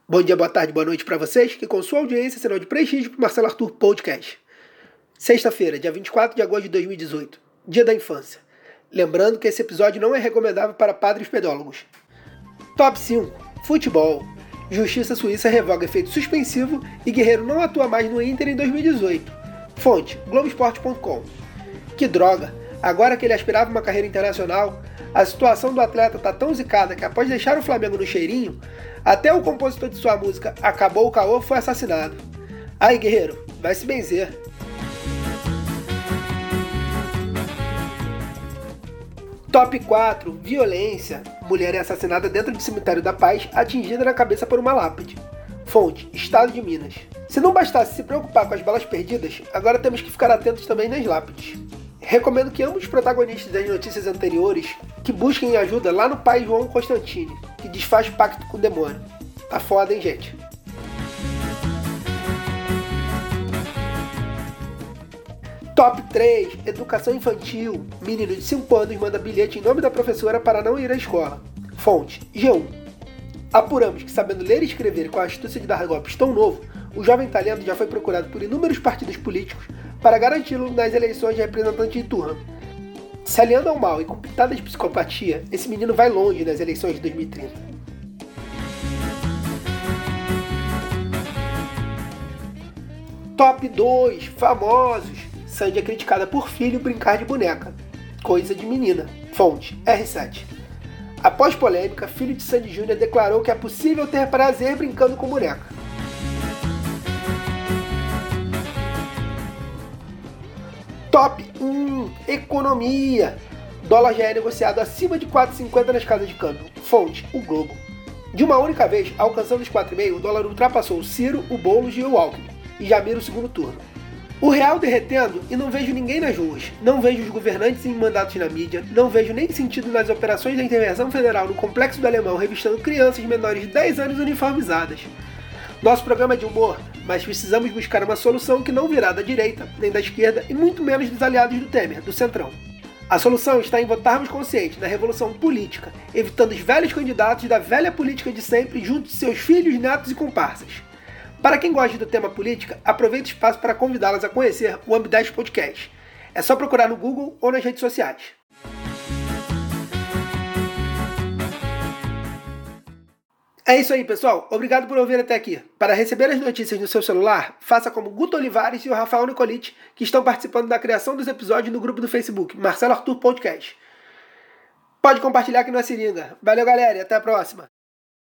Bom dia, boa tarde, boa noite para vocês, que com sua audiência sinal de prestígio para o Marcelo Arthur Podcast. Sexta-feira, dia 24 de agosto de 2018, Dia da Infância. Lembrando que esse episódio não é recomendável para padres pedólogos. Top 5. Futebol. Justiça Suíça revoga efeito suspensivo e Guerreiro não atua mais no Inter em 2018. Fonte, Globoesporte.com. Que droga! Agora que ele aspirava uma carreira internacional, a situação do atleta tá tão zicada que após deixar o Flamengo no cheirinho, até o compositor de sua música Acabou o Caô foi assassinado. Aí, Guerreiro, vai se benzer. Top 4. Violência. Mulher é assassinada dentro do cemitério da Paz, atingida na cabeça por uma lápide. Fonte, Estado de Minas. Se não bastasse se preocupar com as balas perdidas, agora temos que ficar atentos também nas lápides. Recomendo que ambos os protagonistas das notícias anteriores que busquem ajuda lá no pai João Constantini, que desfaz pacto com o demônio. Tá foda, hein, gente? Top 3. Educação infantil. Menino de 5 anos manda bilhete em nome da professora para não ir à escola. Fonte, G1. Apuramos que, sabendo ler e escrever com a astúcia de dar golpes tão novo, o jovem talento já foi procurado por inúmeros partidos políticos para garanti-lo nas eleições de representante de turno. Se aliando ao mal e com pitadas de psicopatia, esse menino vai longe nas eleições de 2030. Top 2. Famosos. Sandy é criticada por filho brincar de boneca. Coisa de menina. Fonte, R7. Após polêmica, filho de Sandy Júnior declarou que é possível ter prazer brincando com boneca. Top 1. Economia. Dólar já é negociado acima de 4,50 nas casas de câmbio. Fonte, o Globo. De uma única vez, alcançando os 4,5, o dólar ultrapassou o Ciro, o Boulos e o Alckmin, e já mira o segundo turno. O real derretendo e não vejo ninguém nas ruas. Não vejo os governantes em mandatos na mídia. Não vejo nem sentido nas operações da intervenção federal no Complexo do Alemão revistando crianças menores de 10 anos uniformizadas. Nosso programa é de humor, mas precisamos buscar uma solução que não virá da direita, nem da esquerda e muito menos dos aliados do Temer, do Centrão. A solução está em votarmos consciente na revolução política, evitando os velhos candidatos da velha política de sempre junto de seus filhos, netos e comparsas. Para quem gosta do tema política, aproveite o espaço para convidá-las a conhecer o Ambidest Podcast. É só procurar no Google ou nas redes sociais. É isso aí, pessoal. Obrigado por ouvir até aqui. Para receber as notícias no seu celular, faça como Guto Olivares e o Rafael Nicolite, que estão participando da criação dos episódios no grupo do Facebook, Marcelo Arthur Podcast. Pode compartilhar que não é seringa. Valeu, galera, e até a próxima.